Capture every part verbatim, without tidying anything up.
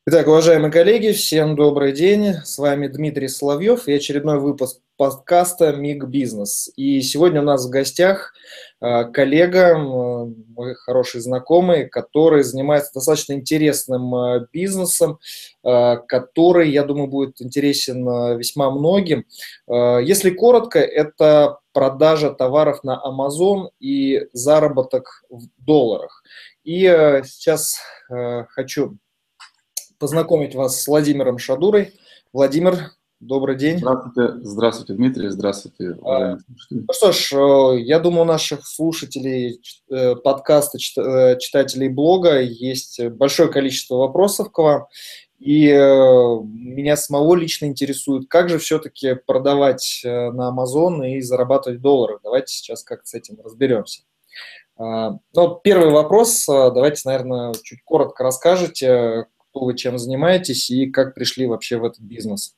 Итак, уважаемые коллеги, всем добрый день. С вами Дмитрий Соловьев и очередной выпуск подкаста «Миг Бизнес». И сегодня у нас в гостях э, коллега, э, мой хороший знакомый, который занимается достаточно интересным э, бизнесом, э, который, я думаю, будет интересен э, весьма многим. Э, Если коротко, это продажа товаров на Amazon и заработок в долларах. И э, сейчас э, хочу познакомить вас с Владимиром Шадурой. Владимир, добрый день. Здравствуйте, здравствуйте, Дмитрий, здравствуйте, А, уважаемые слушатели. Ну что ж, э, я думаю, у наших слушателей э, подкаста, чит- э, читателей блога есть большое количество вопросов к вам. И э, меня самого лично интересует, как же все-таки продавать э, на Amazon и зарабатывать доллары. Давайте сейчас как-то с этим разберемся. А, Ну, первый вопрос. а, Давайте, наверное, чуть коротко расскажете, кто вы чем занимаетесь и как пришли вообще в этот бизнес.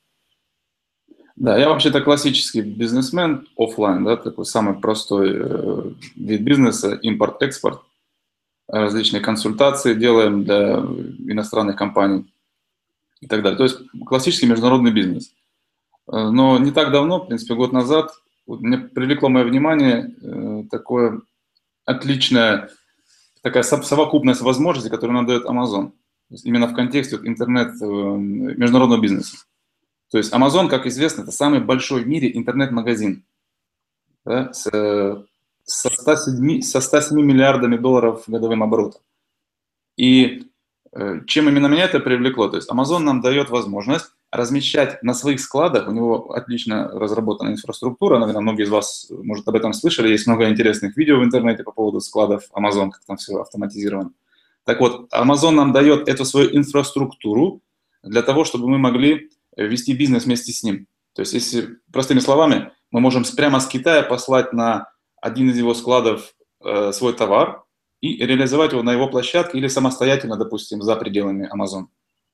Да, я вообще-то классический бизнесмен оффлайн, да, такой самый простой э, вид бизнеса, импорт-экспорт, различные консультации делаем для иностранных компаний и так далее. То есть классический международный бизнес. Э, Но не так давно, в принципе, год назад, вот мне привлекло мое внимание э, такое отличное, такая со- совокупность возможностей, которую нам дает Amazon. То есть именно в контексте вот интернет э, международного бизнеса. То есть Amazon, как известно, это самый большой в мире интернет-магазин, да, с, э, со ста семи, со ста семи миллиардами долларов годовым оборотом. И э, чем именно меня это привлекло? То есть Amazon нам дает возможность размещать на своих складах, у него отлично разработана инфраструктура, наверное, многие из вас, может, об этом слышали, есть много интересных видео в интернете по поводу складов Amazon, как там все автоматизировано. Так вот, Amazon нам дает эту свою инфраструктуру для того, чтобы мы могли вести бизнес вместе с ним. То есть, если простыми словами, мы можем прямо с Китая послать на один из его складов э, свой товар и реализовать его на его площадке или самостоятельно, допустим, за пределами Amazon.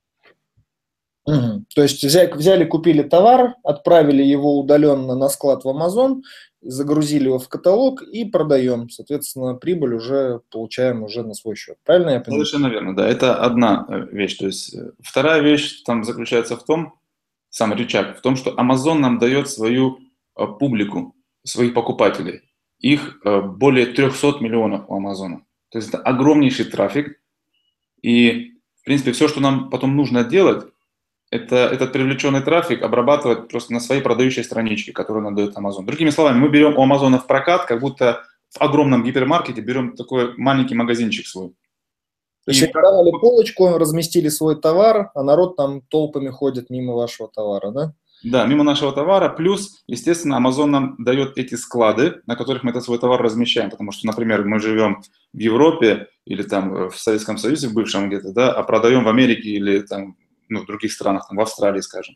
Мгм. То есть взяли, взяли, купили товар, отправили его удаленно на склад в Amazon, загрузили его в каталог и продаем. Соответственно, прибыль уже получаем уже на свой счет. Правильно я понимаю? Совершенно верно, да. Это одна э, вещь. То есть э, вторая вещь там заключается в том, сам рычаг, в том, что Amazon нам дает свою э, публику, своих покупателей. Их э, более трехсот миллионов у Амазона. То есть это огромнейший трафик. И, в принципе, все, что нам потом нужно делать, это этот привлеченный трафик обрабатывать просто на своей продающей страничке, которую нам дает Amazon. Другими словами, мы берем у Амазона в прокат, как будто в огромном гипермаркете берем такой маленький магазинчик свой. То есть И вы продали полочку, разместили свой товар, а народ там толпами ходит мимо вашего товара, да? да, мимо нашего товара, плюс, естественно, Amazon нам дает эти склады, на которых мы этот свой товар размещаем, потому что, например, мы живем в Европе или там в Советском Союзе, в бывшем где-то, да, а продаем в Америке или там, ну, в других странах, там, в Австралии, скажем.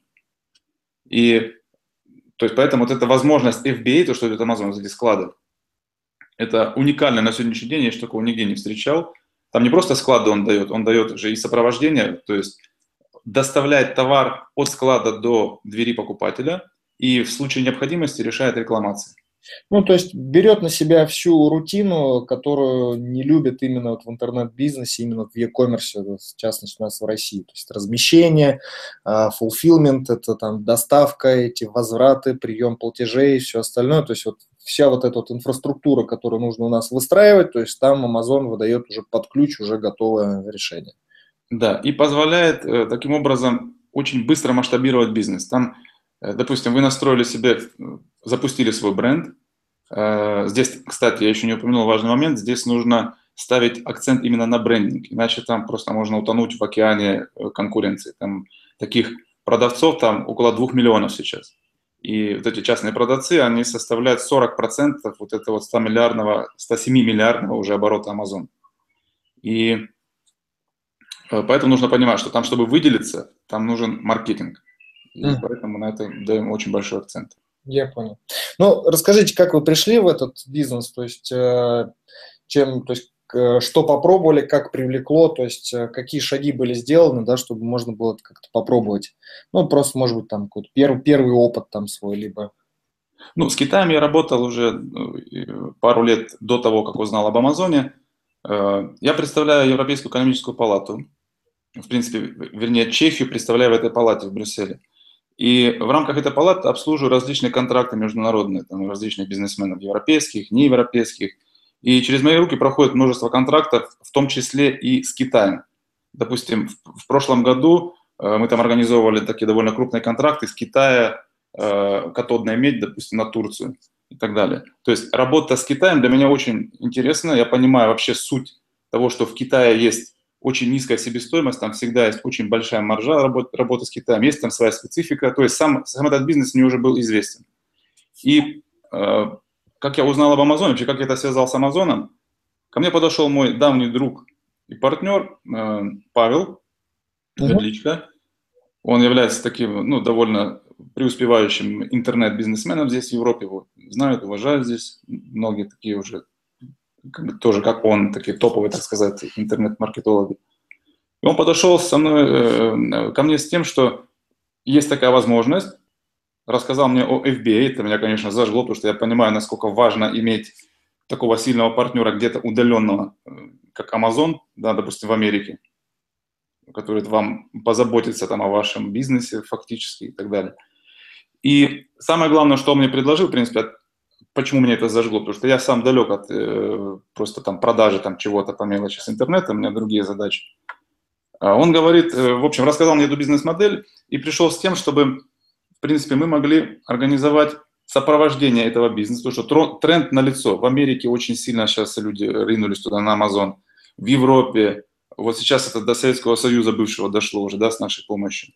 И, то есть, поэтому вот эта возможность эф би эй, то, что идет Amazon, вот эти склады, это уникально на сегодняшний день, я еще такого нигде не встречал. Там не просто склады он дает, он дает же и сопровождение, то есть доставляет товар от склада до двери покупателя и в случае необходимости решает рекламации. Ну, то есть берет на себя всю рутину, которую не любят именно вот в интернет-бизнесе, именно в e-commerce, в частности у нас в России. То есть размещение, fulfillment, это там доставка, эти возвраты, прием платежей и все остальное. То есть вот вся вот эта вот инфраструктура, которую нужно у нас выстраивать, то есть там Amazon выдает уже под ключ уже готовое решение. Да, и позволяет э, таким образом очень быстро масштабировать бизнес. Там, э, допустим, вы настроили себе, э, запустили свой бренд. Э, здесь, кстати, я еще не упомянул важный момент, здесь нужно ставить акцент именно на брендинг, иначе там просто можно утонуть в океане э, конкуренции. Там таких продавцов там около двух миллионов сейчас. И вот эти частные продавцы, они составляют сорок процентов вот этого ста миллиардного, ста семи миллиардного уже оборота Amazon. И Э, Поэтому нужно понимать, что там, чтобы выделиться, там нужен маркетинг. И Мгм. поэтому на это даем очень большой акцент. Я понял. Ну, расскажите, как вы пришли в этот бизнес, то есть э, чем, то есть э, что попробовали, как привлекло, то есть э, какие шаги были сделаны, да, чтобы можно было это как-то попробовать. Ну, просто, может быть, там какой-то первый, первый опыт там свой, либо... Ну, с Китаем я работал уже ну, и, э, пару лет до того, как узнал об Амазоне. Э, Я представляю Европейскую экономическую палату. в принципе, вернее, Чехию представляю в этой палате в Брюсселе. И в рамках этой палаты обслуживаю различные контракты международные, там, различных бизнесменов, европейских, неевропейских. И через мои руки проходит множество контрактов, в том числе и с Китаем. Допустим, в, в прошлом году э, мы там организовывали такие довольно крупные контракты с Китая, э, катодная медь, допустим, на Турцию и так далее. То есть работа с Китаем для меня очень интересна. Я понимаю вообще суть того, что в Китае есть очень низкая себестоимость, там всегда есть очень большая маржа работы, работы с Китаем, есть там своя специфика. То есть сам, сам этот бизнес мне уже был известен. И э, как я узнал об Амазоне, вообще как я это связал с Амазоном, ко мне подошел мой давний друг и партнер э, Павел Ведличко. Он является таким, ну, довольно преуспевающим интернет-бизнесменом здесь, в Европе. Его знают, уважают здесь. Многие такие уже, как бы, тоже как он, такие топовые, так сказать, интернет-маркетологи. И он подошел со мной, э, ко мне с тем, что есть такая возможность, рассказал мне о эф би эй. Это меня, конечно, зажгло, потому что я понимаю, насколько важно иметь такого сильного партнера где-то удаленного, как Amazon, да, допустим, в Америке, который вам позаботится там о вашем бизнесе фактически и так далее. И самое главное, что он мне предложил, в принципе, почему меня это зажгло, потому что я сам далек от э, просто там продажи там чего-то по мелочи с интернета, у меня другие задачи. Он говорит, э, в общем, рассказал мне эту бизнес-модель и пришел с тем, чтобы, в принципе, мы могли организовать сопровождение этого бизнеса, потому что тренд налицо. В Америке очень сильно сейчас люди рынулись туда на Amazon, в Европе. Вот сейчас это до Советского Союза бывшего дошло уже, да, с нашей помощью.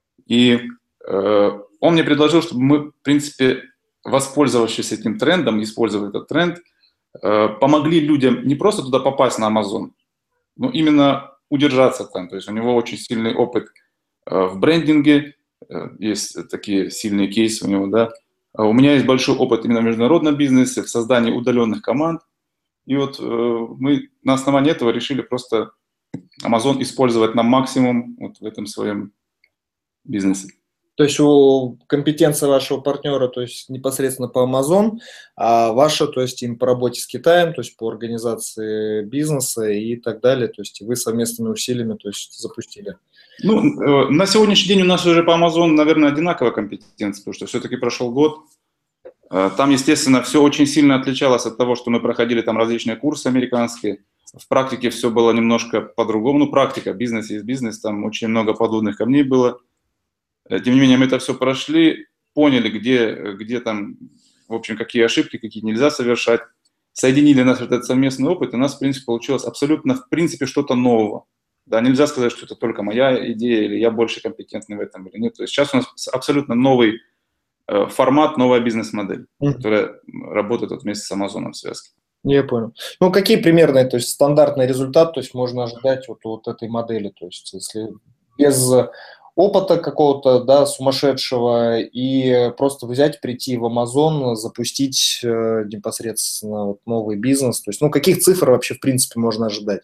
И э, он мне предложил, чтобы мы, в принципе, воспользовавшись этим трендом, используя этот тренд, э, помогли людям не просто туда попасть на Amazon, но именно удержаться там. То есть у него очень сильный опыт э, в брендинге, э, есть такие сильные кейсы у него, да. А у меня есть большой опыт именно в международном бизнесе, в создании удаленных команд. И вот э, мы на основании этого решили просто Amazon использовать на максимум вот в этом своем бизнесе. То есть у компетенция вашего партнера, то есть непосредственно по Amazon, а ваша, то есть им по работе с Китаем, то есть по организации бизнеса и так далее, то есть вы совместными усилиями, то есть запустили. Ну, э, на сегодняшний день у нас уже по Amazon, наверное, одинаковая компетенция, потому что все-таки прошел год. Э, там, естественно, все очень сильно отличалось от того, что мы проходили там различные курсы американские. В практике все было немножко по-другому. Ну, практика, бизнес есть бизнес, там очень много подводных камней было. Тем не менее, мы это все прошли, поняли, где, где там, в общем, какие ошибки, какие нельзя совершать, соединили наш этот совместный опыт, и у нас, в принципе, получилось абсолютно, в принципе, что-то нового. Да, нельзя сказать, что это только моя идея, или я больше компетентный в этом, или нет. То есть сейчас у нас абсолютно новый э, формат, новая бизнес-модель, mm-hmm. которая работает вот вместе с Amazon в связке. Я понял. Ну, какие примерные, то есть стандартный результат, то есть можно ожидать вот, вот этой модели, то есть если без опыта какого-то, да, сумасшедшего, и просто взять, прийти в Amazon, запустить э, непосредственно вот новый бизнес. То есть, ну, каких цифр вообще, в принципе, можно ожидать?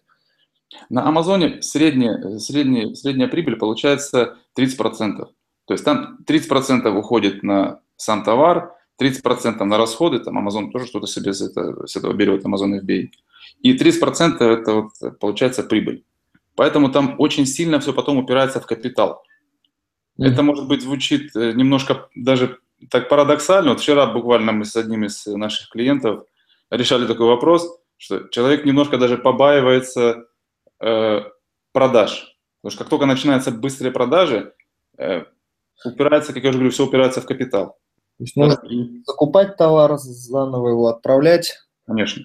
На Амазоне средняя, средняя, средняя прибыль получается тридцать процентов. То есть там тридцать процентов уходит на сам товар, тридцать процентов на расходы, там Amazon тоже что-то себе с этого, с этого берет, Amazon эф би эй. И тридцать процентов это вот получается прибыль. Поэтому там очень сильно все потом упирается в капитал. Mm-hmm. Это, может быть, звучит немножко даже так парадоксально. Вот вчера буквально мы с одним из наших клиентов решали такой вопрос, что человек немножко даже побаивается э, продаж. Потому что как только начинаются быстрые продажи, э, упирается, как я уже говорю, все упирается в капитал. То есть нужно да? закупать товар, заново его отправлять. Конечно.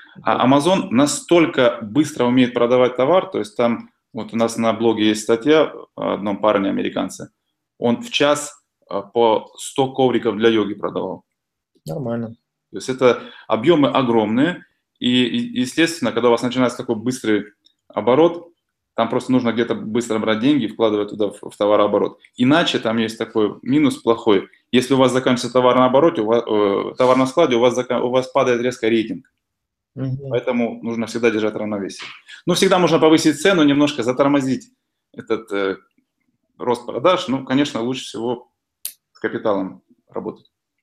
А Amazon настолько быстро умеет продавать товар, то есть там вот у нас на блоге есть статья о одном парне американце, он в час по сто ковриков для йоги продавал. Нормально. То есть это объемы огромные, и, и естественно, когда у вас начинается такой быстрый оборот, там просто нужно где-то быстро брать деньги и вкладывать туда в, в товарооборот. Иначе там есть такой минус плохой. Если у вас заканчивается товар на обороте, у вас, э, товар на складе, у вас, зака, у вас падает резко рейтинг. Угу. Поэтому нужно всегда держать равновесие. Ну, всегда можно повысить цену, немножко затормозить этот э, рост продаж. Ну, конечно, лучше всего с капиталом работать.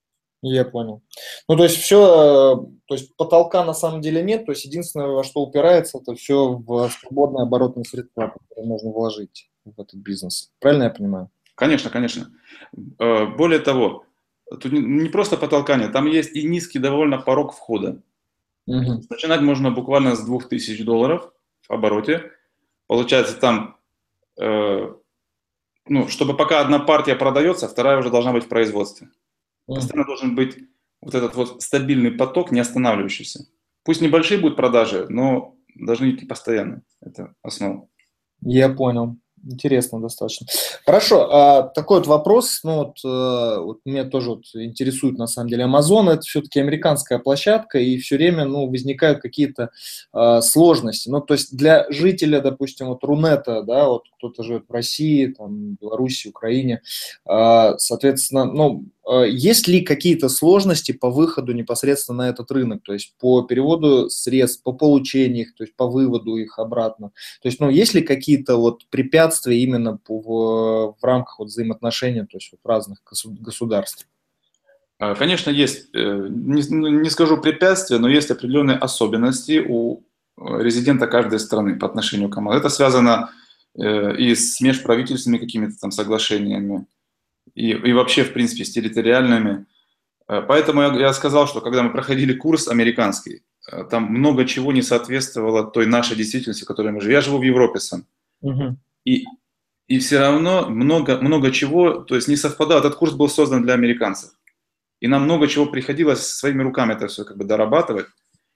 Я понял. Ну, то есть все, то есть потолка на самом деле нет, то есть единственное, во что упирается, это все в свободные оборотные средства. которые можно вложить в этот бизнес. Правильно я понимаю? Конечно, конечно. Более того, тут не просто потолка нет, там есть и низкий довольно порог входа. Угу. Начинать можно буквально с двух тысяч долларов в обороте. Получается там, э, ну, чтобы пока одна партия продается, вторая уже должна быть в производстве. Постоянно должен быть вот этот вот стабильный поток, не останавливающийся. Пусть небольшие будут продажи, но должны идти постоянно. Это основа. Я понял. Интересно достаточно. Хорошо, а такой вот вопрос, ну вот, э, вот меня тоже вот интересует на самом деле. Amazon — это все-таки американская площадка, и все время, ну, возникают какие-то э, сложности. Ну, то есть для жителя, допустим, вот Рунета, да, вот кто-то живет в России, там, Беларуси, Украине, э, соответственно, ну, э, есть ли какие-то сложности по выходу непосредственно на этот рынок, то есть по переводу средств, по получению их, то есть по выводу их обратно? То есть, ну, есть ли какие-то вот препятствия именно по, в, в рамках вот взаимоотношений, то есть вот разных государств? Конечно, есть, не, не скажу препятствия, но есть определенные особенности у резидента каждой страны по отношению к Амазону. Это связано и с межправительственными какими-то там соглашениями, и, и вообще, в принципе, с территориальными. Поэтому я, я сказал, что когда мы проходили курс американский, там много чего не соответствовало той нашей действительности, в которой мы живем. Я живу в Европе сам. Угу. И, и все равно много, много чего, то есть не совпадало. Этот курс был создан для американцев. И нам много чего приходилось своими руками это все как бы дорабатывать.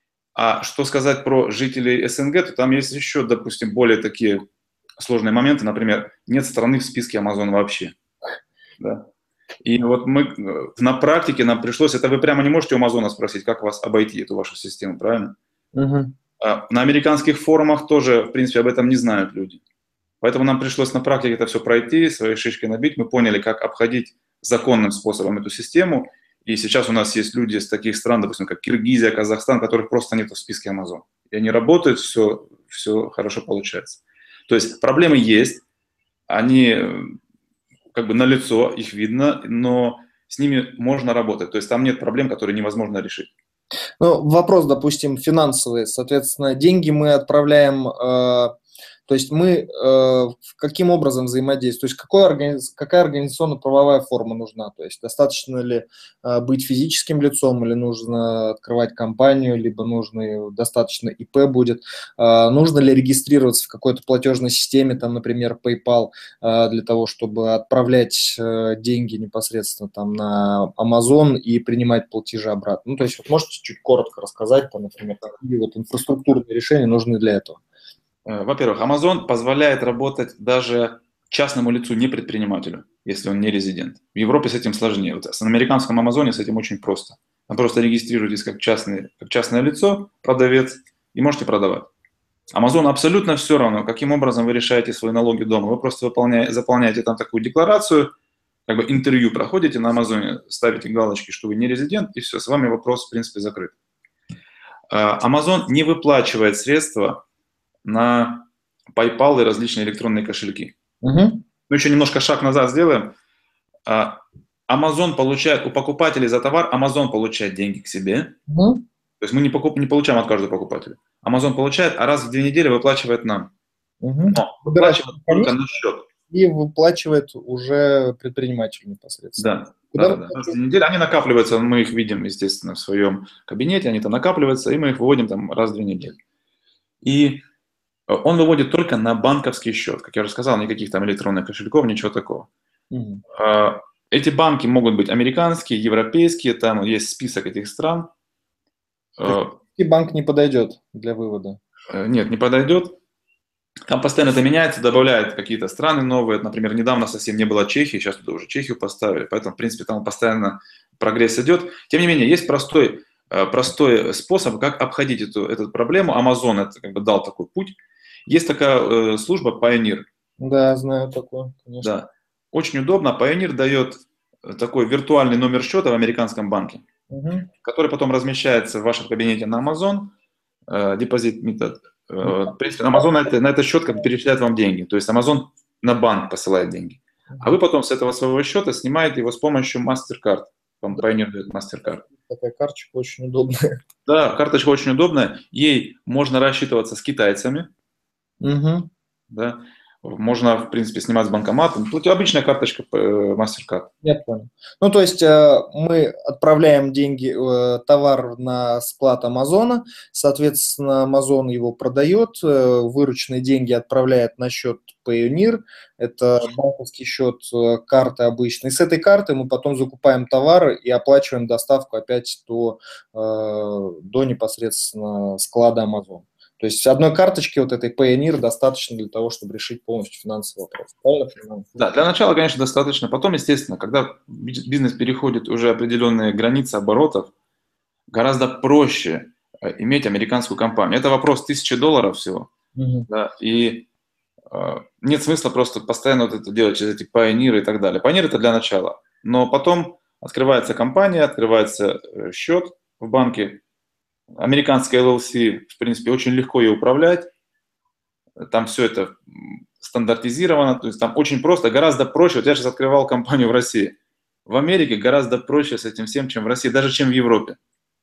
А что сказать про жителей СНГ, то там есть еще, допустим, более такие сложные моменты. Например, нет страны в списке Amazon вообще. Да. И вот мы на практике нам пришлось, это вы прямо не можете у Амазона спросить, как вас обойти, эту вашу систему, правильно? Uh-huh. А на американских форумах тоже, в принципе, об этом не знают люди. Поэтому нам пришлось на практике это все пройти, своей шишкой набить. Мы поняли, как обходить законным способом эту систему. И сейчас у нас есть люди из таких стран, допустим, как Киргизия, Казахстан, которых просто нет в списке Amazon. И они работают, все, все хорошо получается. То есть проблемы есть, они как бы налицо, их видно, но с ними можно работать. То есть там нет проблем, которые невозможно решить. Ну, вопрос, допустим, финансовый. Соответственно, деньги мы отправляем, э, то есть мы э, каким образом взаимодействуем? То есть какой организ, какая организационно-правовая форма нужна? То есть достаточно ли э, быть физическим лицом, или нужно открывать компанию, либо нужно достаточно ИП будет? Э, нужно ли регистрироваться в какой-то платежной системе, там, например, PayPal, э, для того, чтобы отправлять э, деньги непосредственно там на Amazon и принимать платежи обратно? Ну, то есть вот можете чуть коротко рассказать, там, например, какие вот инфраструктурные решения нужны для этого? Во-первых, Amazon позволяет работать даже частному лицу, не предпринимателю, если он не резидент. В Европе с этим сложнее. Вот на американском Амазоне с этим очень просто. Вы просто регистрируетесь как, частный, как частное лицо, продавец, и можете продавать. Amazon абсолютно все равно, каким образом вы решаете свои налоги дома. Вы просто выполняете, заполняете там такую декларацию, как бы интервью проходите на Амазоне, ставите галочки, что вы не резидент, и все, с вами вопрос, в принципе, закрыт. Amazon не выплачивает средства на PayPal и различные электронные кошельки. Uh-huh. Мы еще немножко шаг назад сделаем. Amazon получает у покупателей за товар, Amazon получает деньги к себе. Uh-huh. То есть мы не, покуп, не получаем от каждого покупателя. Amazon получает, а раз в две недели выплачивает нам. Uh-huh. Но выплачивает только на счет. И выплачивает уже предпринимателю непосредственно. Да. Да, да. Раз в две недели они накапливаются, мы их видим, естественно, в своем кабинете, они там накапливаются, и мы их выводим там раз в две недели. И он выводит только на банковский счет. Как я уже сказал, никаких там электронных кошельков, ничего такого. Mm-hmm. Эти банки могут быть американские, европейские, там есть список этих стран. И банк не подойдет для вывода? Нет, не подойдет. Там постоянно это меняется, добавляют какие-то страны новые. Например, недавно совсем не было Чехии, сейчас туда уже Чехию поставили. Поэтому, в принципе, там постоянно прогресс идет. Тем не менее, есть простой, простой способ, как обходить эту, эту проблему. Amazon это как бы дал такой путь. Есть такая э, служба Payoneer. Да, знаю такую, конечно. Да. Очень удобно. Payoneer дает такой виртуальный номер счета в американском банке, угу. который потом размещается в вашем кабинете на Amazon, э, Deposit Method. Э, в принципе, Amazon на, это, на этот счет как бы перечисляет вам деньги. То есть Amazon на банк посылает деньги. Угу. А вы потом с этого своего счета снимаете его с помощью MasterCard. Вам Payoneer дает MasterCard. Такая карточка очень удобная. Да, карточка очень удобная. Ей можно рассчитываться с китайцами. Угу. Да. Можно, в принципе, снимать с банкомата. Тут обычная карточка MasterCard. Я понял. Ну, то есть э, мы отправляем деньги, э, товар на склад Амазона, соответственно, Амазон его продает, э, вырученные деньги отправляет на счет Payoneer, это банковский счет э, карты обычной. С этой карты мы потом закупаем товары и оплачиваем доставку опять до, э, до непосредственно склада Амазон. То есть одной карточки вот этой Payoneer достаточно для того, чтобы решить полностью финансовый вопрос. Правильно понимаю? Да, для начала, конечно, достаточно. Потом, естественно, когда бизнес переходит уже определенные границы оборотов, гораздо проще иметь американскую компанию. Это вопрос тысячи долларов всего. Угу. Да, и э, нет смысла просто постоянно вот это делать через эти Payoneer и так далее. Payoneer это для начала. Но потом открывается компания, открывается счет в банке. Американская эл эл си, в принципе, очень легко ее управлять. Там все это стандартизировано, то есть там очень просто, гораздо проще. Вот я сейчас открывал компанию в России. В Америке гораздо проще с этим всем, чем в России, даже чем в Европе.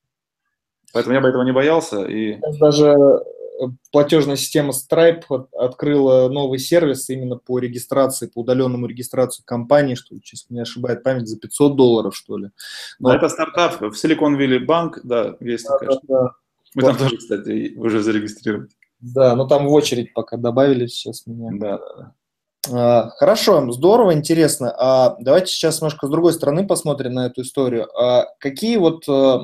Поэтому я бы этого не боялся. И... Даже платежная система Stripe открыла новый сервис именно по регистрации, по удаленному регистрации компании, что, если не ошибаюсь, память, за пятьсот долларов, что ли. Но... Это стартап в Silicon Valley Bank, да, есть да, такая. Да, да. Мы там тоже, кстати, уже зарегистрированы. Да, но там в очередь пока добавили сейчас меня. Да, да, да. Хорошо, здорово, интересно. А давайте сейчас немножко с другой стороны посмотрим на эту историю. А какие вот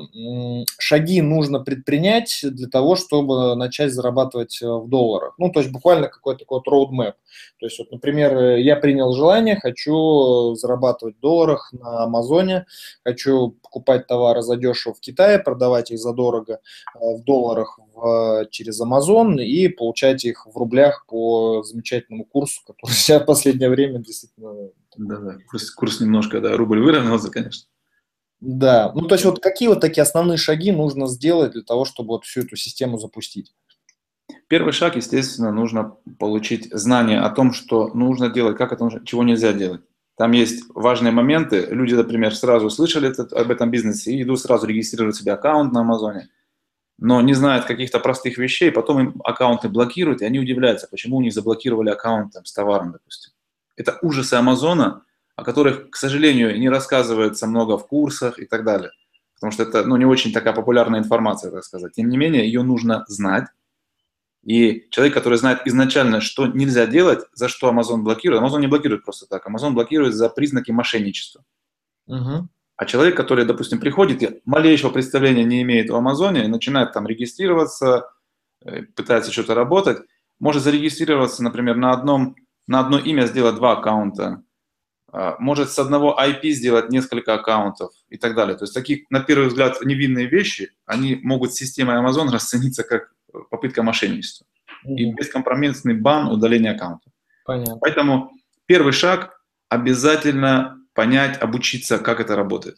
шаги нужно предпринять для того, чтобы начать зарабатывать в долларах? Ну, то есть буквально какой-то такой вот roadmap. То есть, вот, например, я принял желание, хочу зарабатывать в долларах на Амазоне, хочу покупать товары задешево в Китае, продавать их задорого в долларах в, через Амазон и получать их в рублях по замечательному курсу, который сейчас в последнее время действительно... Да, да. Курс, курс немножко, да, рубль выровнялся, конечно. Да, ну то есть вот какие вот такие основные шаги нужно сделать для того, чтобы вот всю эту систему запустить? Первый шаг, естественно, нужно получить знание о том, что нужно делать, как это нужно, чего нельзя делать. Там есть важные моменты. Люди, например, сразу слышали этот, об этом бизнесе и идут сразу регистрировать себе аккаунт на Амазоне, но не знают каких-то простых вещей, потом им аккаунты блокируют, и они удивляются, почему у них заблокировали аккаунт там, с товаром, допустим. Это ужасы Амазона, о которых, к сожалению, не рассказывается много в курсах и так далее. Потому что это ну, не очень такая популярная информация, так сказать. Тем не менее, ее нужно знать. И человек, который знает изначально, что нельзя делать, за что Amazon блокирует, Amazon не блокирует просто так, Amazon блокирует за признаки мошенничества. Угу. А человек, который, допустим, приходит и малейшего представления не имеет о Амазоне, начинает там регистрироваться, пытается что-то работать, может зарегистрироваться, например, на, одном, на одно имя сделать два аккаунта, может с одного ай пи сделать несколько аккаунтов и так далее. То есть такие, на первый взгляд, невинные вещи, они могут с системой Amazon расцениться как попытка мошенничества. Угу. И бескомпромиссный бан, удаление аккаунта. Понятно. Поэтому первый шаг – обязательно понять, обучиться, как это работает.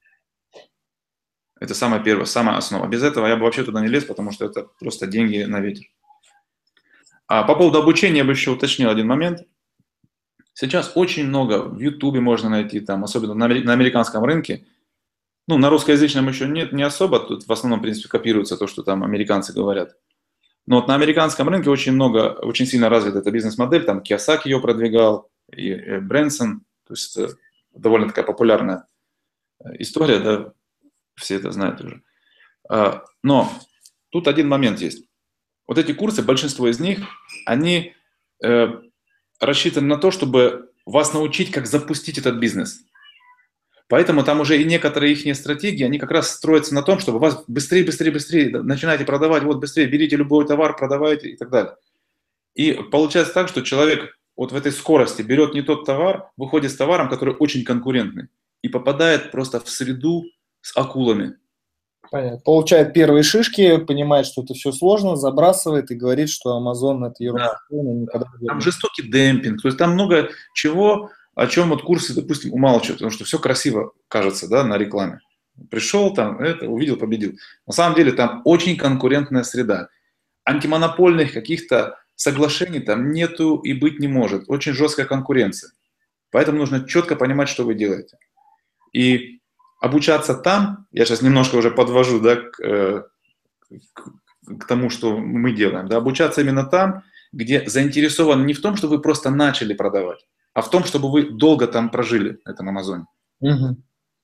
Это самое первое, самая основа. Без этого я бы вообще туда не лез, потому что это просто деньги на ветер. А по поводу обучения я бы еще уточнил один момент. Сейчас очень много в Ютубе можно найти, там, особенно на американском рынке. Ну, на русскоязычном еще нет, не особо. Тут в основном, в принципе, копируется то, что там американцы говорят. Но вот на американском рынке очень много, очень сильно развита эта бизнес-модель. Там Кийосаки ее продвигал, и Брэнсон. То есть это довольно такая популярная история, да, все это знают уже. Но тут один момент есть. Вот эти курсы, большинство из них, они рассчитаны на то, чтобы вас научить, как запустить этот бизнес. Поэтому там уже и некоторые их стратегии, они как раз строятся на том, чтобы вас быстрее, быстрее, быстрее начинайте продавать, вот быстрее берите любой товар, продавайте и так далее. И получается так, что человек вот в этой скорости берет не тот товар, выходит с товаром, который очень конкурентный, и попадает просто в среду с акулами. Понятно. Получает первые шишки, понимает, что это все сложно, забрасывает и говорит, что Amazon это ерунда. Да. Никогда не там жестокий демпинг, то есть там много чего, о чем вот курсы, допустим, умалчивают, потому что все красиво кажется, да, на рекламе. Пришел там, это, увидел, победил. На самом деле там очень конкурентная среда. Антимонопольных каких-то соглашений там нету и быть не может. Очень жесткая конкуренция. Поэтому нужно четко понимать, что вы делаете. И обучаться там, я сейчас немножко уже подвожу, да, к, к, к тому, что мы делаем, да, обучаться именно там где заинтересованы не в том, чтобы вы просто начали продавать, а в том, чтобы вы долго там прожили на этом Амазоне. Мгм.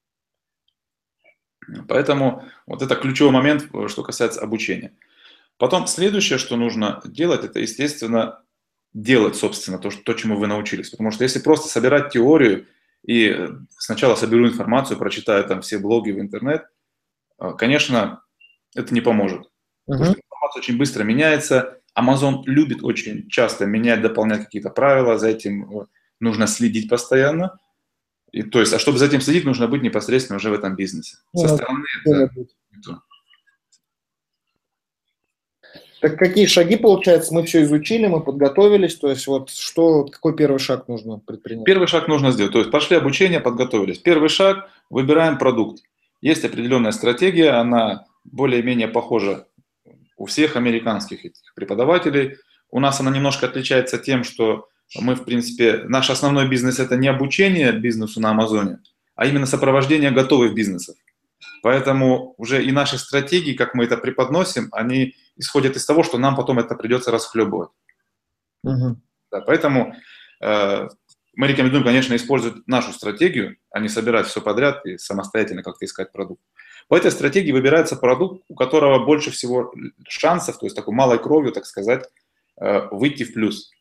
Поэтому вот это ключевой момент, что касается обучения. Потом следующее, что нужно делать, это, естественно, делать, собственно, то, что, то, чему вы научились. Потому что если просто собирать теорию и сначала соберу информацию, прочитаю там все блоги в интернет, конечно, это не поможет. Потому Мгм. что информация очень быстро меняется. Amazon любит очень часто менять, дополнять какие-то правила, за этим нужно следить постоянно. И, то есть, а чтобы за этим следить, нужно быть непосредственно уже в этом бизнесе. Ну, Со надо стороны время это быть. не то. Так какие шаги, получается, мы все изучили, мы подготовились, то есть вот что, какой первый шаг нужно предпринять? Первый шаг нужно сделать. То есть пошли обучение, подготовились. Первый шаг – выбираем продукт. Есть определенная стратегия, она более-менее похожа у всех американских этих преподавателей. У нас она немножко отличается тем, что мы, в принципе, наш основной бизнес – это не обучение бизнесу на Амазоне, а именно сопровождение готовых бизнесов. Поэтому уже и наши стратегии, как мы это преподносим, они исходят из того, что нам потом это придется расхлебывать. Мгм. Да, поэтому э, мы рекомендуем, конечно, использовать нашу стратегию, а не собирать все подряд и самостоятельно как-то искать продукт. По этой стратегии выбирается продукт, у которого больше всего шансов, то есть такой малой кровью, так сказать, э, выйти в плюс.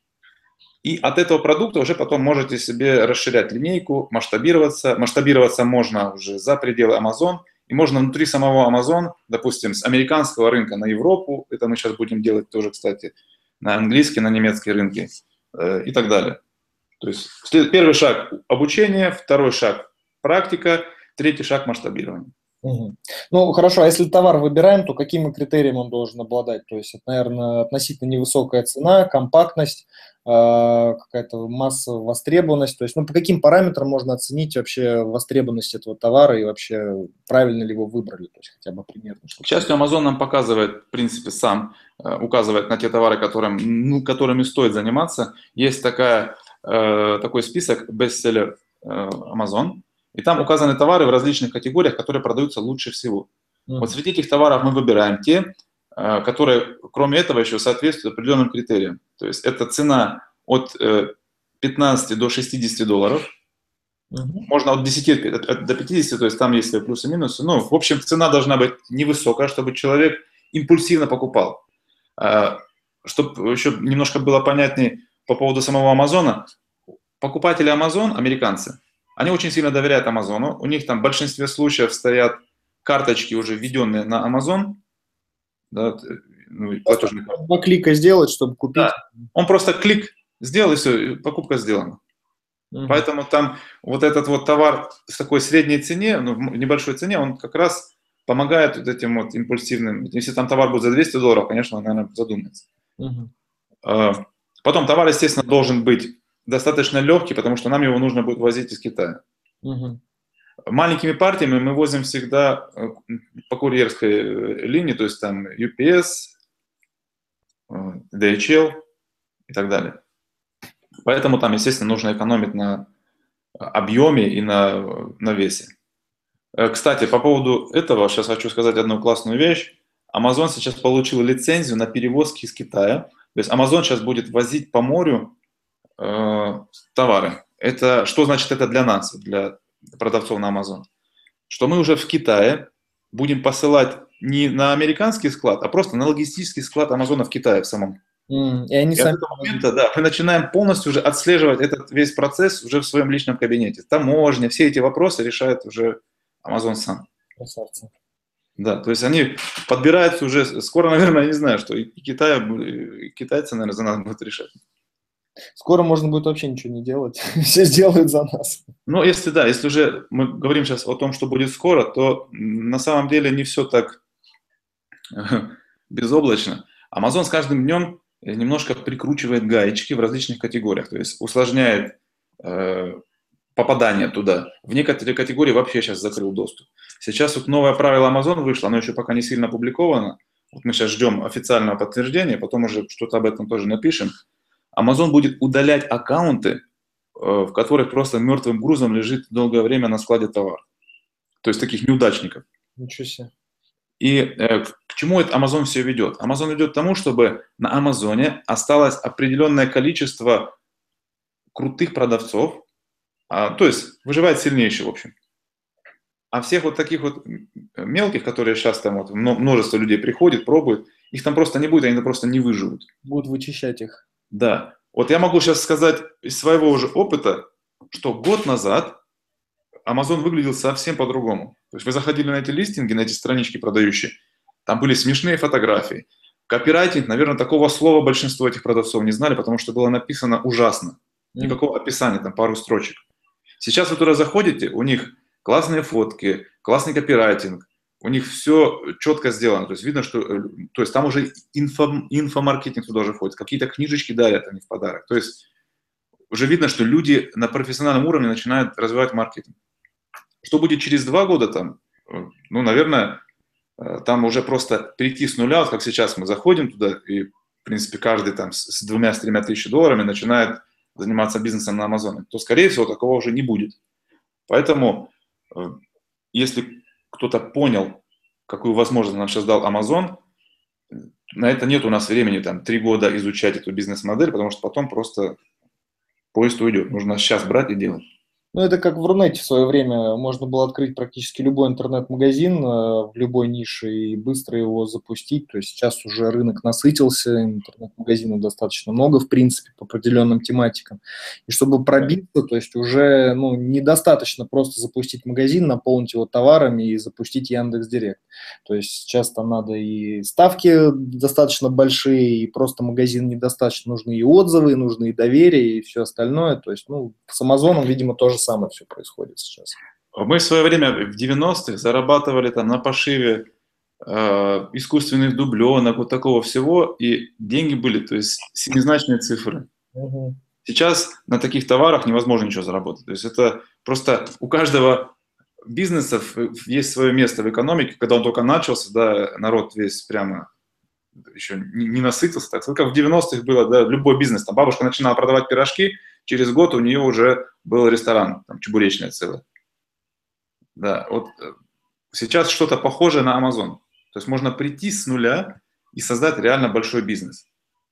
И от этого продукта уже потом можете себе расширять линейку, масштабироваться. Масштабироваться можно уже за пределы Amazon. И можно внутри самого Amazon, допустим, с американского рынка на Европу, это мы сейчас будем делать тоже, кстати, на английский, на немецкий рынки э, и так далее. То есть первый шаг – обучение, второй шаг – практика, третий шаг – масштабирование. Мгм. Ну, хорошо, а если товар выбираем, то каким критерием он должен обладать? То есть это, наверное, относительно невысокая цена, компактность, э, какая-то массовая востребованность. То есть, ну, по каким параметрам можно оценить вообще востребованность этого товара и вообще правильно ли его выбрали? То есть хотя бы примерно. К счастью, Amazon нам показывает, в принципе, сам э, указывает на те товары, которым, ну, которыми стоит заниматься. Есть такая, э, такой список бестселлер э, Amazon, и там указаны товары в различных категориях, которые продаются лучше всего. Мгм. Вот среди этих товаров мы выбираем те, э, которые, кроме этого, еще соответствуют определенным критериям. То есть это цена от э, пятнадцати до шестидесяти долларов. Мгм. Можно от десяти до пятидесяти, то есть там есть свои плюсы и минусы. Ну, в общем, цена должна быть невысокая, чтобы человек импульсивно покупал. Чтобы еще немножко было понятнее по поводу самого Амазона, покупатели Amazon, американцы, они очень сильно доверяют Амазону. У них там в большинстве случаев стоят карточки, уже введенные на Amazon, да, ну, и платежные карты. Два клика сделать, чтобы купить. Да. Он просто клик сделал, и все, покупка сделана. Мгм. Поэтому там вот этот вот товар в такой средней цене, ну, в небольшой цене, он как раз помогает вот этим вот импульсивным. Если там товар будет за двести долларов, конечно, он, наверное, задумается. Мгм. Потом товар, естественно, должен быть достаточно легкий, потому что нам его нужно будет возить из Китая. Мгм. Маленькими партиями мы возим всегда по курьерской линии, то есть там ю пи эс, ди эйч эл и так далее. Поэтому там, естественно, нужно экономить на объеме и на, на весе. Кстати, по поводу этого, сейчас хочу сказать одну классную вещь. Amazon сейчас получил лицензию на перевозки из Китая. То есть Amazon сейчас будет возить по морю э, товары. Это, что значит это для нас, для продавцов на Amazon? Что мы уже в Китае будем посылать не на американский склад, а просто на логистический склад Амазона в Китае в самом. М, И они И от сами... этого момента, да, мы начинаем полностью уже отслеживать этот весь процесс уже в своем личном кабинете. Таможня, все эти вопросы решает уже Amazon сам. Красавцы. Да, то есть они подбираются уже, скоро, наверное, я не знаю, что и Китай, и китайцы, наверное, за нас будут решать. Скоро можно будет вообще ничего не делать. Все сделают за нас. Ну, если да, если уже мы говорим сейчас о том, что будет скоро, то на самом деле не все так безоблачно. Amazon с каждым днем немножко прикручивает гаечки в различных категориях, то есть усложняет э, попадание туда. В некоторые категории вообще сейчас закрыл доступ. Сейчас вот новое правило Amazon вышло, оно еще пока не сильно опубликовано. Вот мы сейчас ждем официального подтверждения, потом уже что-то об этом тоже напишем. Amazon будет удалять аккаунты, э, в которых просто мертвым грузом лежит долгое время на складе товар. То есть таких неудачников. Ничего себе. И э, к чему это Amazon все ведет? Amazon ведет к тому, чтобы на Амазоне осталось определенное количество крутых продавцов, а, то есть выживает сильнейший, в общем. А всех вот таких вот мелких, которые сейчас там вот множество людей приходит, пробует, их там просто не будет, они просто не выживут. Будут вычищать их. Да. Вот я могу сейчас сказать из своего уже опыта, что год назад Amazon выглядел совсем по-другому. То есть вы заходили на эти листинги, на эти странички продающие, там были смешные фотографии. Копирайтинг, наверное, такого слова большинство этих продавцов не знали, потому что было написано ужасно. Никакого описания, там пару строчек. Сейчас вы туда заходите, у них классные фотки, классный копирайтинг, у них все четко сделано. То есть видно, что то есть там уже инфо, инфомаркетинг туда уже входит, какие-то книжечки дарят они в подарок. То есть уже видно, что люди на профессиональном уровне начинают развивать маркетинг. Что будет через два года там? Ну, наверное, там уже просто перейти с нуля, вот как сейчас мы заходим туда, и, в принципе, каждый там с двумя, с тремя тысячами долларами начинает заниматься бизнесом на Амазоне, то, скорее всего, такого уже не будет. Поэтому, если кто-то понял, какую возможность нам сейчас дал Amazon, на это нет у нас времени, там, три года изучать эту бизнес-модель, потому что потом просто поезд уйдет. Нужно сейчас брать и делать. Ну, это как в Рунете в свое время. Можно было открыть практически любой интернет-магазин э, в любой нише и быстро его запустить. То есть сейчас уже рынок насытился, интернет-магазинов достаточно много, в принципе, по определенным тематикам. И чтобы пробиться, то есть уже ну, недостаточно просто запустить магазин, наполнить его товарами и запустить Яндекс.Директ. То есть сейчас там надо и ставки достаточно большие, и просто магазин недостаточно. Нужны и отзывы, нужны и доверие, и все остальное. То есть, ну, с Амазоном, видимо, тоже самое все происходит сейчас. Мы в свое время в девяностых зарабатывали там на пошиве э, искусственных дубленок, вот такого всего, и деньги были, то есть семизначные цифры. Угу. Сейчас на таких товарах невозможно ничего заработать. То есть это просто у каждого бизнеса есть свое место в экономике. Когда он только начался, да, народ весь прямо еще не, не насытился. Так как в девяностых было, да, любой бизнес. Там бабушка начинала продавать пирожки, через год у нее уже был ресторан, там, чебуречная целая. Да, вот сейчас что-то похожее на Amazon. То есть можно прийти с нуля и создать реально большой бизнес.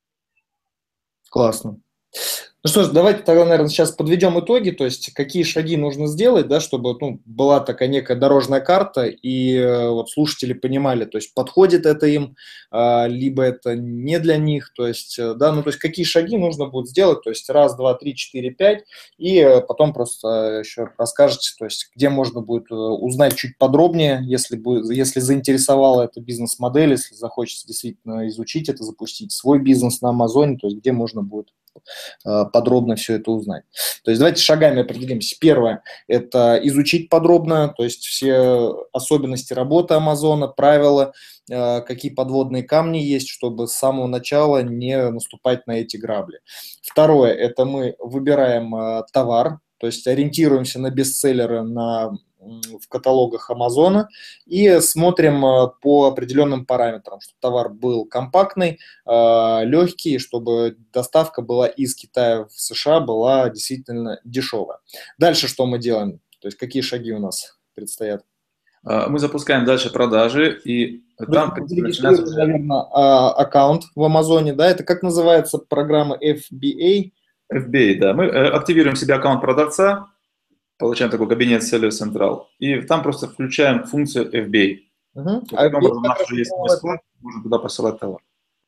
Классно. Ну что ж, давайте тогда, наверное, сейчас подведем итоги, то есть какие шаги нужно сделать, да, чтобы ну, была такая некая дорожная карта, и э, вот слушатели понимали, то есть подходит это им, э, либо это не для них, то есть, э, да, ну то есть какие шаги нужно будет сделать, то есть раз, два, три, четыре, пять, и э, потом просто еще расскажете, то есть где можно будет э, узнать чуть подробнее, если, будет, если заинтересовала эта бизнес-модель, если захочется действительно изучить это, запустить свой бизнес на Амазоне, то есть где можно будет подробно все это узнать. То есть давайте шагами определимся. Первое – это изучить подробно, то есть все особенности работы Амазона, правила, какие подводные камни есть, чтобы с самого начала не наступать на эти грабли. Второе – это мы выбираем товар, то есть ориентируемся на бестселлеры, на в каталогах Амазона и смотрим по определенным параметрам, чтобы товар был компактный, легкий, чтобы доставка была из Китая в США была действительно дешевая. Дальше что мы делаем? То есть какие шаги у нас предстоят? Мы запускаем дальше продажи, и там начинается, наверное, аккаунт в Амазоне, да? Это как называется программа эф би эй? эф би эй, да. Мы активируем себе аккаунт продавца, получаем такой кабинет Seller Central, и там просто включаем функцию эф би эй. Угу. Таким а образом, у нас уже есть склад, можно туда посылать товар.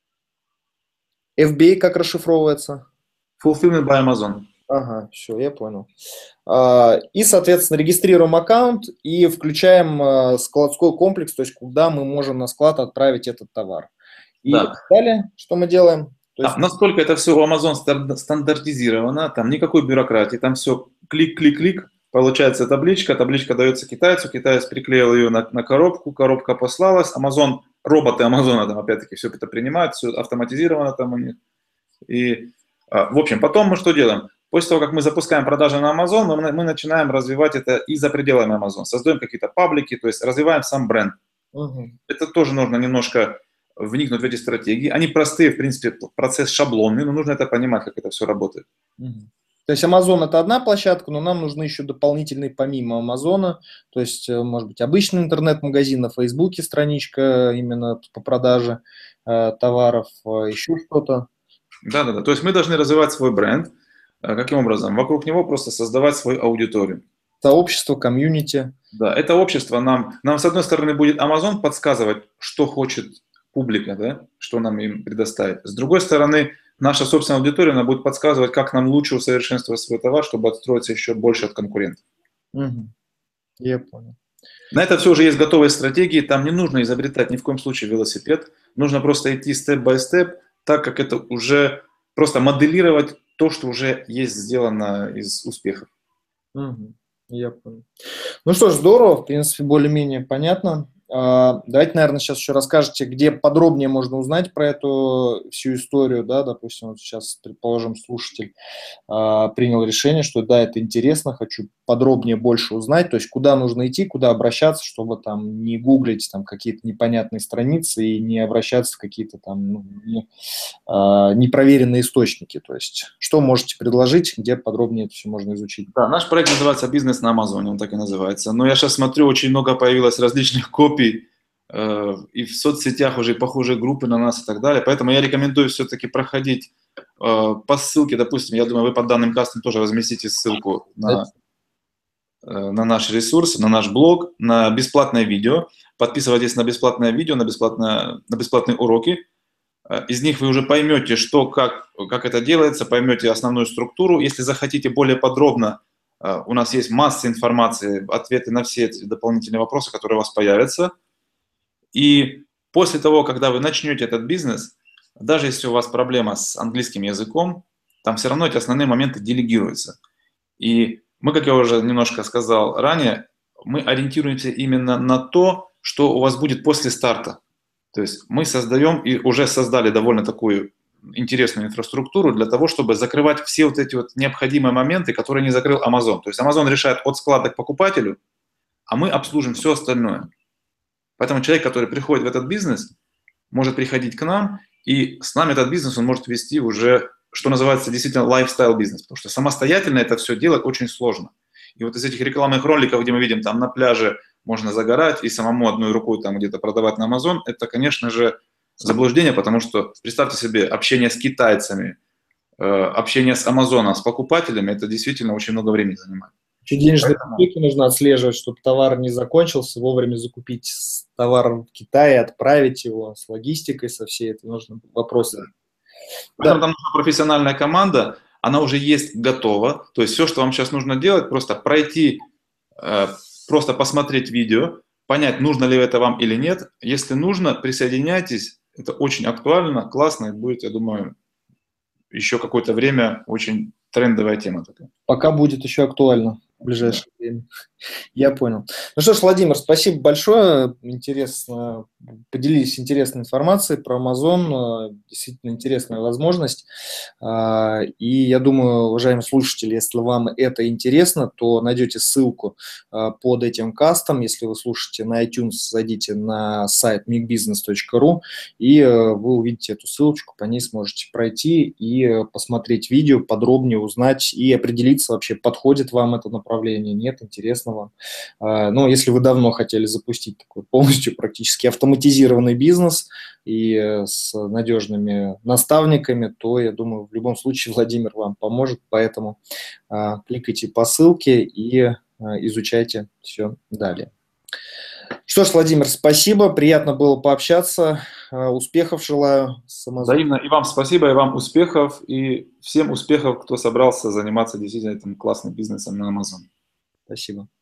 эф би эй как расшифровывается? Fulfillment by Amazon. Ага, все, я понял. И, соответственно, регистрируем аккаунт и включаем складской комплекс, то есть куда мы можем на склад отправить этот товар. И да. Далее, что мы делаем? То есть... а, насколько это все у Amazon стандартизировано, там никакой бюрократии, там все клик-клик-клик, получается табличка, табличка дается китайцу, китаец приклеил ее на, на коробку, коробка послалась, Amazon, роботы Амазона там опять-таки все это принимают, все автоматизировано там у них. И, в общем, потом мы что делаем? После того, как мы запускаем продажи на Amazon, мы, мы начинаем развивать это и за пределами Amazon. Создаем какие-то паблики, то есть развиваем сам бренд. Uh-huh. Это тоже нужно немножко вникнуть в эти стратегии. Они простые, в принципе, процесс шаблонный, но нужно это понимать, как это все работает. Uh-huh. То есть Amazon – это одна площадка, но нам нужны еще дополнительные помимо Амазона, то есть, может быть, обычный интернет-магазин на Фейсбуке, страничка именно по продаже э, товаров, еще что-то. Да-да-да, то есть мы должны развивать свой бренд. Каким образом? Вокруг него просто создавать свою аудиторию. Сообщество, комьюнити. Да, это общество нам, нам с одной стороны будет Amazon подсказывать, что хочет публика, да, что нам им предоставить. С другой стороны, наша собственная аудитория, она будет подсказывать, как нам лучше усовершенствовать свой товар, чтобы отстроиться еще больше от конкурентов. Угу. Я понял. На это все уже есть готовые стратегии, там не нужно изобретать ни в коем случае велосипед, нужно просто идти степ-бай-степ, так как это уже просто моделировать то, что уже есть сделано из успехов. Угу. Я понял. Ну что ж, здорово, в принципе, более-менее понятно. Давайте, наверное, сейчас еще расскажете, где подробнее можно узнать про эту всю историю, да, допустим, вот сейчас, предположим, слушатель а, принял решение, что да, это интересно, хочу подробнее больше узнать, то есть куда нужно идти, куда обращаться, чтобы там не гуглить там какие-то непонятные страницы и не обращаться в какие-то там ну, не, а, непроверенные источники, то есть что можете предложить, где подробнее это все можно изучить? Да, наш проект называется «Бизнес на Амазоне», он так и называется, но я сейчас смотрю, очень много появилось различных копий, и в соцсетях уже похожие группы на нас и так далее. Поэтому я рекомендую все-таки проходить по ссылке, допустим, я думаю, вы под данным кастом тоже разместите ссылку на, на наш ресурс, на наш блог, на бесплатное видео. Подписывайтесь на бесплатное видео, на, бесплатное, на бесплатные уроки. Из них вы уже поймете, что, как, как это делается, поймете основную структуру. Если захотите более подробно, у нас есть масса информации, ответы на все эти дополнительные вопросы, которые у вас появятся. И после того, когда вы начнете этот бизнес, даже если у вас проблема с английским языком, там все равно эти основные моменты делегируются. И мы, как я уже немножко сказал ранее, мы ориентируемся именно на то, что у вас будет после старта. То есть мы создаем и уже создали довольно такую интересную инфраструктуру для того, чтобы закрывать все вот эти вот необходимые моменты, которые не закрыл Amazon. То есть Amazon решает от склада к покупателю, а мы обслужим все остальное. Поэтому человек, который приходит в этот бизнес, может приходить к нам, и с нами этот бизнес он может вести уже, что называется, действительно lifestyle бизнес, потому что самостоятельно это все делать очень сложно. И вот из этих рекламных роликов, где мы видим, там на пляже можно загорать и самому одной рукой там где-то продавать на Amazon, это, конечно же, заблуждение, потому что представьте себе общение с китайцами, общение с Амазоном, с покупателями, это действительно очень много времени занимает. Денежные потоки нужно отслеживать, чтобы товар не закончился, вовремя закупить товар в Китае, отправить его с логистикой, со всей этой нужны вопросы. Да. Там нужна профессиональная команда, она уже есть готова, то есть все, что вам сейчас нужно делать, просто пройти, просто посмотреть видео, понять, нужно ли это вам или нет. Если нужно, присоединяйтесь, это очень актуально, классно, и будет, я думаю, еще какое-то время очень трендовая тема такая. Пока будет еще актуально в ближайшее да. время. Я понял. Ну что ж, Владимир, спасибо большое. Интересно, поделились интересной информацией про Amazon. Действительно интересная возможность. И я думаю, уважаемые слушатели, если вам это интересно, то найдете ссылку под этим кастом. Если вы слушаете на iTunes, зайдите на сайт миг бизнес точка ру, и вы увидите эту ссылочку, по ней сможете пройти и посмотреть видео, подробнее узнать и определиться вообще, подходит вам это направление, нет, интересно вам. Но если вы давно хотели запустить такой полностью практически автоматизированный бизнес и с надежными наставниками, то, я думаю, в любом случае Владимир вам поможет, поэтому кликайте по ссылке и изучайте все далее. Что ж, Владимир, спасибо, приятно было пообщаться, успехов желаю. Взаимно, и вам спасибо, и вам успехов, и всем успехов, кто собрался заниматься действительно этим классным бизнесом на Amazon. Спасибо.